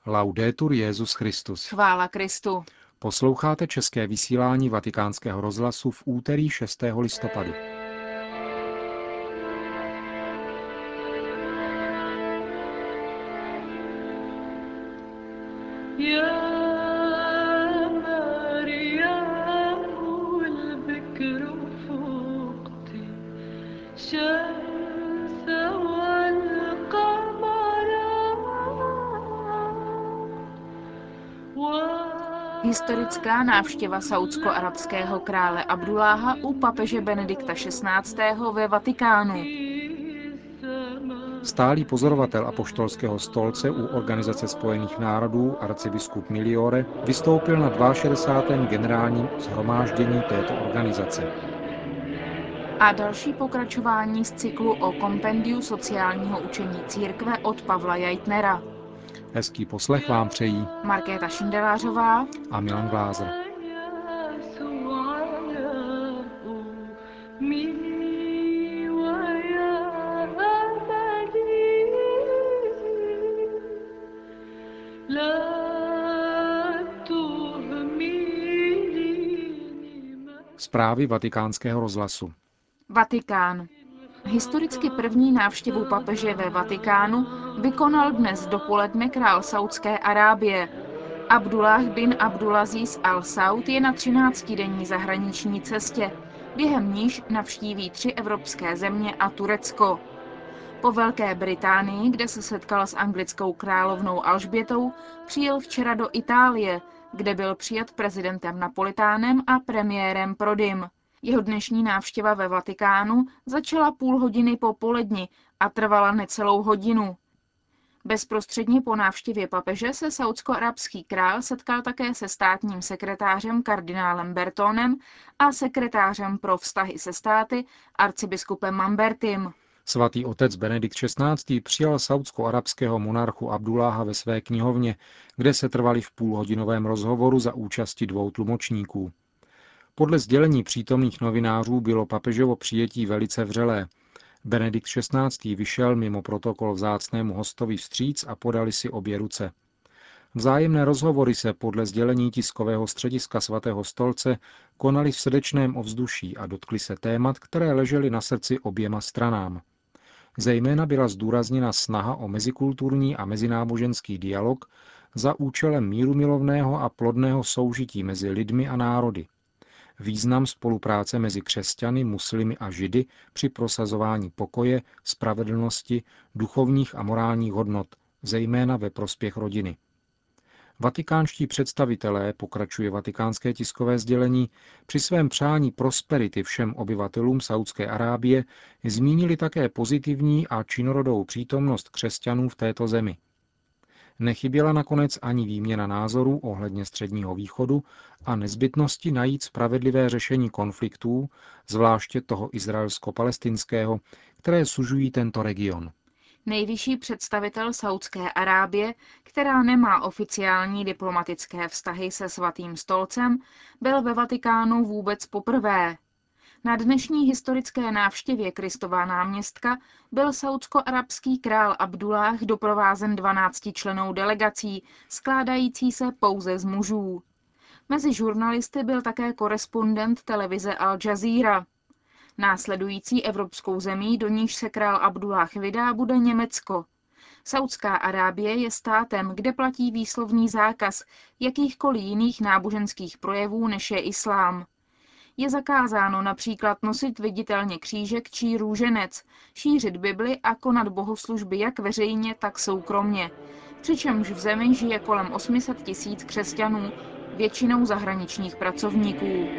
Laudetur Jesus Christus. Chvála Kristu. Posloucháte české vysílání Vatikánského rozhlasu v úterý 6. listopadu. Historická návštěva saúdsko-arabského krále Abdulláha u papeže Benedikta XVI. Ve Vatikánu. Stálý pozorovatel apoštolského stolce u Organizace spojených národů arcibiskup Migliore vystoupil na 62. generálním shromáždění této organizace. A další pokračování z cyklu o kompendiu sociálního učení církve od Pavla Jaitnera. Hezký poslech vám přejí Markéta Šindelářová a Milan Glázer. Zprávy Vatikánského rozhlasu. Vatikán. Historicky první návštěvu papeže ve Vatikánu vykonal dnes dopoledne král Saúdské Arábie. Abdullah bin Abdulaziz al-Saud je na 13denní zahraniční cestě, během níž navštíví 3 evropské země a Turecko. Po Velké Británii, kde se setkal s anglickou královnou Alžbětou, přijel včera do Itálie, kde byl přijat prezidentem Napolitánem a premiérem Prodim. Jeho dnešní návštěva ve Vatikánu začala půl hodiny po poledni a trvala necelou hodinu. Bezprostředně po návštěvě papeže se saúdsko-arabský král setkal také se státním sekretářem kardinálem Bertonem a sekretářem pro vztahy se státy arcibiskupem Mambertim. Svatý otec Benedikt XVI. Přijal saúdsko-arabského monarchu Abdulláha ve své knihovně, kde se trvali v půlhodinovém rozhovoru za účasti 2 tlumočníků. Podle sdělení přítomných novinářů bylo papežovo přijetí velice vřelé. Benedikt XVI. Vyšel mimo protokol vzácnému hostovi vstříc a podali si obě ruce. Vzájemné rozhovory se podle sdělení tiskového střediska svatého stolce konaly v srdečném ovzduší a dotkly se témat, které ležely na srdci oběma stranám. Zejména byla zdůrazněna snaha o mezikulturní a mezináboženský dialog za účelem mírumilovného a plodného soužití mezi lidmi a národy. Význam spolupráce mezi křesťany, muslimy a židy při prosazování pokoje, spravedlnosti, duchovních a morálních hodnot, zejména ve prospěch rodiny. Vatikánští představitelé, pokračuje vatikánské tiskové sdělení, při svém přání prosperity všem obyvatelům Saúdské Arábie zmínili také pozitivní a činorodou přítomnost křesťanů v této zemi. Nechyběla nakonec ani výměna názorů ohledně Středního východu a nezbytnosti najít spravedlivé řešení konfliktů, zvláště toho izraelsko-palestinského, které sužují tento region. Nejvyšší představitel Saúdské Arábie, která nemá oficiální diplomatické vztahy se Svatým stolcem, byl ve Vatikánu vůbec poprvé. Na dnešní historické návštěvě Kristova náměstka byl saúdsko-arabský král Abdulláh doprovázen 12člennou delegací, skládající se pouze z mužů. Mezi žurnalisty byl také korespondent televize Al Jazeera. Následující evropskou zemí, do níž se král Abdulláh vydá, bude Německo. Saúdská Arábie je státem, kde platí výslovný zákaz jakýchkoliv jiných náboženských projevů, než je islám. Je zakázáno například nosit viditelně křížek či růženec, šířit Bibli a konat bohoslužby jak veřejně, tak soukromně. Přičemž v zemi žije kolem 800 000 křesťanů, většinou zahraničních pracovníků.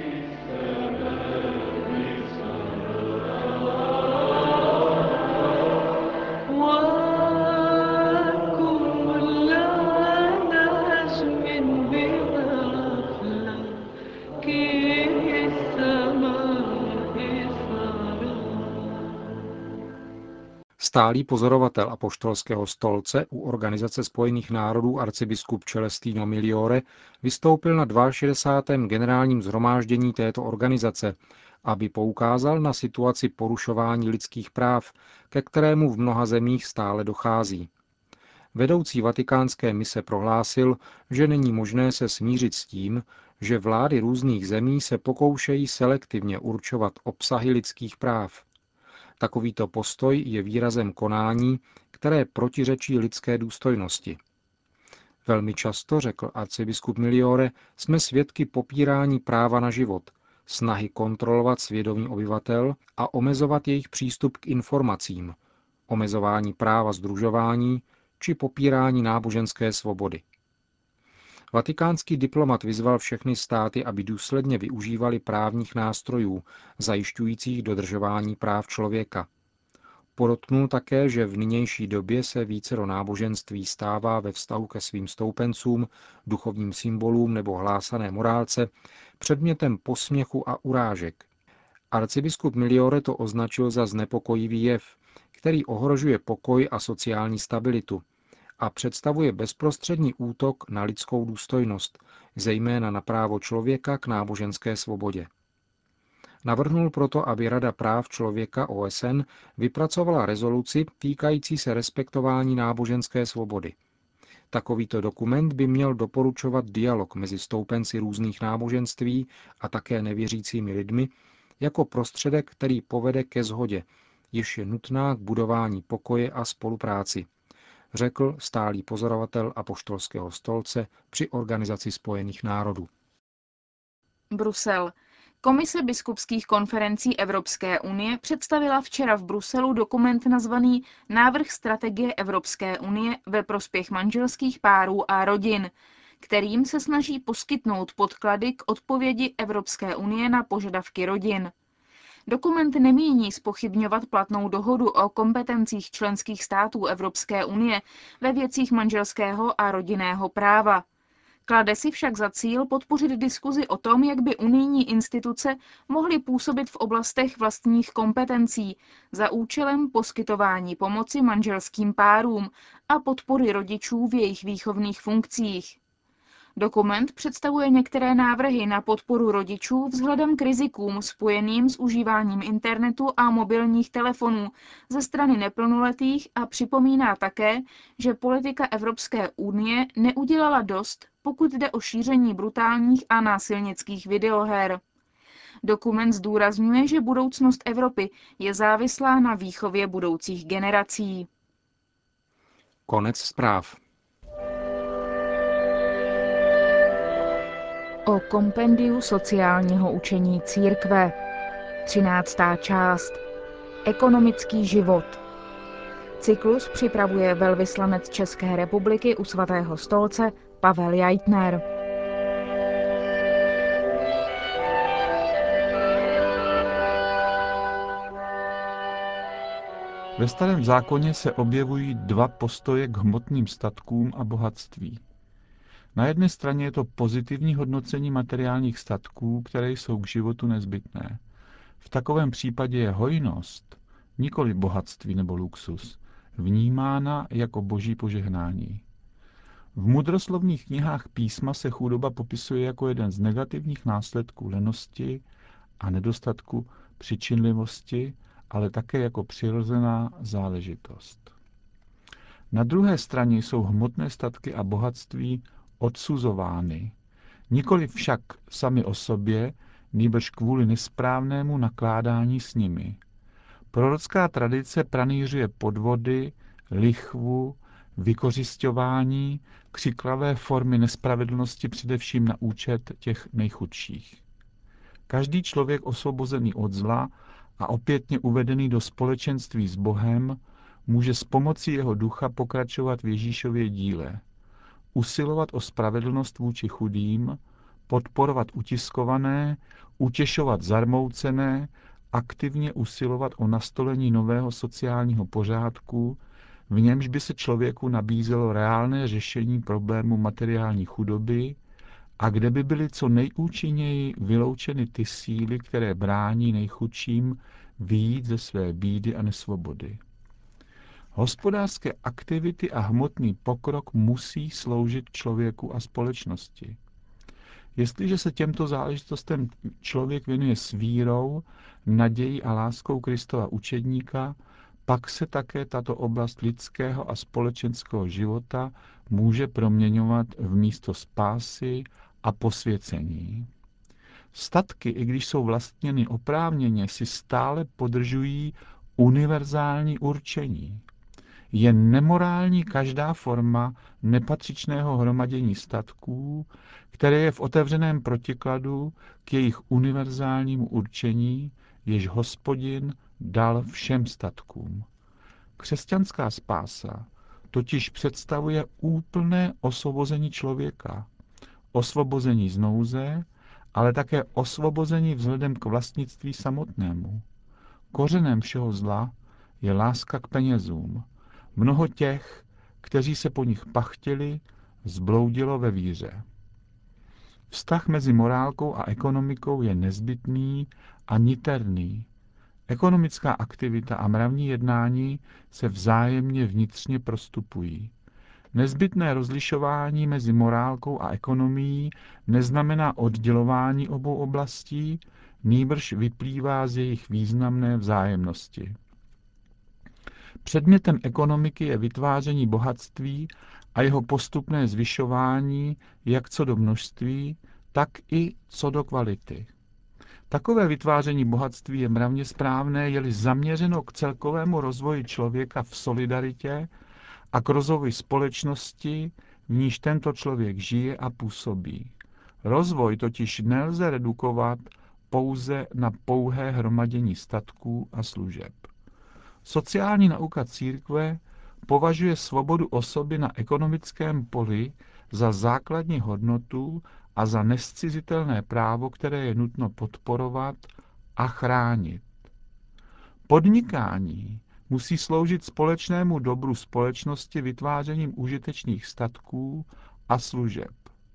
Stálý pozorovatel apoštolského stolce u Organizace spojených národů arcibiskup Celestino Migliore vystoupil na 62. generálním shromáždění této organizace, aby poukázal na situaci porušování lidských práv, ke kterému v mnoha zemích stále dochází. Vedoucí vatikánské mise prohlásil, že není možné se smířit s tím, že vlády různých zemí se pokoušejí selektivně určovat obsahy lidských práv. Takovýto postoj je výrazem konání, které protiřečí lidské důstojnosti. Velmi často, řekl arcibiskup Migliore, jsme svědky popírání práva na život, snahy kontrolovat svědomí obyvatel a omezovat jejich přístup k informacím, omezování práva sdružování či popírání náboženské svobody. Vatikánský diplomat vyzval všechny státy, aby důsledně využívali právních nástrojů, zajišťujících dodržování práv člověka. Podotknul také, že v nynější době se vícero náboženství stává ve vztahu ke svým stoupencům, duchovním symbolům nebo hlásané morálce předmětem posměchu a urážek. Arcibiskup Migliore to označil za znepokojivý jev, který ohrožuje pokoj a sociální stabilitu a představuje bezprostřední útok na lidskou důstojnost, zejména na právo člověka k náboženské svobodě. Navrhnul proto, aby Rada práv člověka OSN vypracovala rezoluci týkající se respektování náboženské svobody. Takovýto dokument by měl doporučovat dialog mezi stoupenci různých náboženství a také nevěřícími lidmi jako prostředek, který povede ke shodě, jež je nutná k budování pokoje a spolupráci, řekl stálý pozorovatel Apoštolského stolce při Organizaci spojených národů. Brusel. Komise biskupských konferencí Evropské unie představila včera v Bruselu dokument nazvaný Návrh strategie Evropské unie ve prospěch manželských párů a rodin, kterým se snaží poskytnout podklady k odpovědi Evropské unie na požadavky rodin. Dokument nemíní zpochybňovat platnou dohodu o kompetencích členských států Evropské unie ve věcích manželského a rodinného práva. Klade si však za cíl podpořit diskuzi o tom, jak by unijní instituce mohly působit v oblastech vlastních kompetencí za účelem poskytování pomoci manželským párům a podpory rodičů v jejich výchovných funkcích. Dokument představuje některé návrhy na podporu rodičů vzhledem k rizikům spojeným s užíváním internetu a mobilních telefonů ze strany neplnoletých a připomíná také, že politika Evropské unie neudělala dost, pokud jde o šíření brutálních a násilnických videoher. Dokument zdůrazňuje, že budoucnost Evropy je závislá na výchově budoucích generací. Konec zpráv. O kompendiu sociálního učení církve. 13. část. Ekonomický život. Cyklus připravuje velvyslanec České republiky u Svatého stolce Pavel Jajtner. Ve Starém zákoně se objevují dva postoje k hmotným statkům a bohatství. Na jedné straně je to pozitivní hodnocení materiálních statků, které jsou k životu nezbytné. V takovém případě je hojnost, nikoli bohatství nebo luxus, vnímána jako boží požehnání. V mudroslovných knihách písma se chudoba popisuje jako jeden z negativních následků lenosti a nedostatku přičinlivosti, ale také jako přirozená záležitost. Na druhé straně jsou hmotné statky a bohatství odsuzovány, nikoli však sami o sobě, nýbrž kvůli nesprávnému nakládání s nimi. Prorocká tradice pranýřuje podvody, lichvu, vykořisťování, křiklavé formy nespravedlnosti především na účet těch nejchudších. Každý člověk osvobozený od zla a opětně uvedený do společenství s Bohem může s pomocí jeho ducha pokračovat v Ježíšově díle, usilovat o spravedlnost vůči chudým, podporovat utiskované, utěšovat zarmoucené, aktivně usilovat o nastolení nového sociálního pořádku, v němž by se člověku nabízelo reálné řešení problému materiální chudoby a kde by byly co nejúčinněji vyloučeny ty síly, které brání nejchudším vyjít ze své bídy a nesvobody. Hospodářské aktivity a hmotný pokrok musí sloužit člověku a společnosti. Jestliže se těmto záležitostem člověk věnuje s vírou, nadějí a láskou Kristova učedníka, pak se také tato oblast lidského a společenského života může proměňovat v místo spásy a posvěcení. Statky, i když jsou vlastněny oprávněně, si stále podržují univerzální určení. Je nemorální každá forma nepatřičného hromadění statků, které je v otevřeném protikladu k jejich univerzálnímu určení, jež Hospodin dal všem statkům. Křesťanská spása totiž představuje úplné osvobození člověka, osvobození z nouze, ale také osvobození vzhledem k vlastnictví samotnému. Kořenem všeho zla je láska k penězům. Mnoho těch, kteří se po nich pachtili, zbloudilo ve víře. Vztah mezi morálkou a ekonomikou je nezbytný a niterný. Ekonomická aktivita a mravní jednání se vzájemně vnitřně prostupují. Nezbytné rozlišování mezi morálkou a ekonomií neznamená oddělování obou oblastí, nýbrž vyplývá z jejich významné vzájemnosti. Předmětem ekonomiky je vytváření bohatství a jeho postupné zvyšování jak co do množství, tak i co do kvality. Takové vytváření bohatství je mravně správné, je-li zaměřeno k celkovému rozvoji člověka v solidaritě a k rozvoji společnosti, v níž tento člověk žije a působí. Rozvoj totiž nelze redukovat pouze na pouhé hromadění statků a služeb. Sociální nauka církve považuje svobodu osoby na ekonomickém poli za základní hodnotu a za nezcizitelné právo, které je nutno podporovat a chránit. Podnikání musí sloužit společnému dobru společnosti vytvářením užitečných statků a služeb.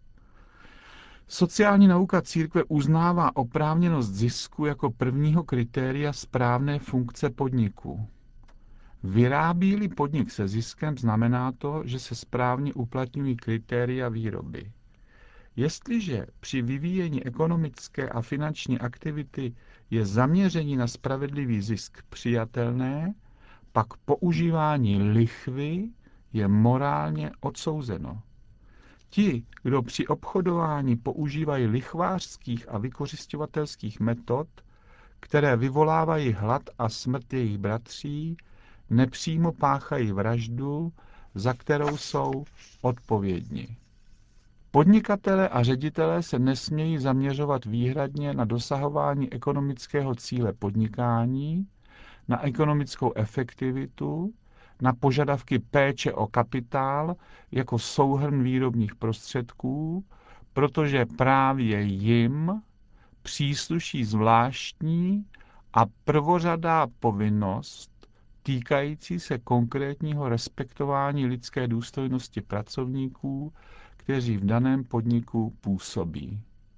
Sociální nauka církve uznává oprávněnost zisku jako prvního kritéria správné funkce podniku. Vyrábí-li podnik se ziskem, znamená to, že se správně uplatňují kritéria výroby. Jestliže při vyvíjení ekonomické a finanční aktivity je zaměření na spravedlivý zisk přijatelné, pak používání lichvy je morálně odsouzeno. Ti, kdo při obchodování používají lichvářských a vykořisťovatelských metod, které vyvolávají hlad a smrt jejich bratří, nepřímo páchají vraždu, za kterou jsou odpovědni. Podnikatelé a ředitelé se nesmějí zaměřovat výhradně na dosahování ekonomického cíle podnikání, na ekonomickou efektivitu, na požadavky péče o kapitál jako souhrn výrobních prostředků, protože právě jim přísluší zvláštní a prvořadá povinnost týkající se konkrétního respektování lidské důstojnosti pracovníků, kteří v daném podniku působí.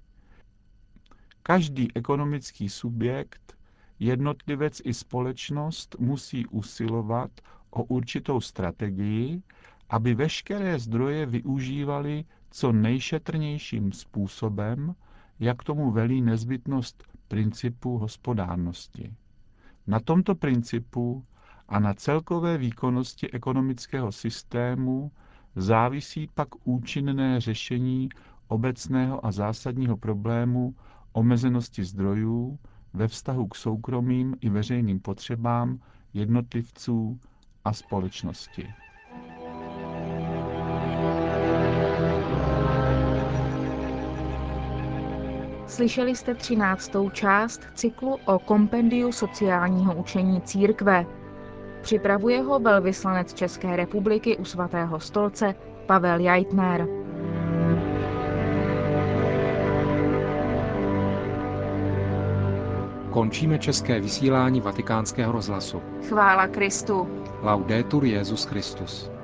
Každý ekonomický subjekt, jednotlivec i společnost musí usilovat o určitou strategii, aby veškeré zdroje využívali co nejšetrnějším způsobem, jak tomu velí nezbytnost principu hospodárnosti. Na tomto principu a na celkové výkonnosti ekonomického systému závisí pak účinné řešení obecného a zásadního problému omezenosti zdrojů ve vztahu k soukromým i veřejným potřebám jednotlivců a společnosti. Slyšeli jste 13. část cyklu o kompendiu sociálního učení církve. Připravuje ho velvyslanec České republiky u Svatého stolce Pavel Jajtner. Končíme české vysílání Vatikánského rozhlasu. Chvála Kristu. Laudetur Jesus Christus.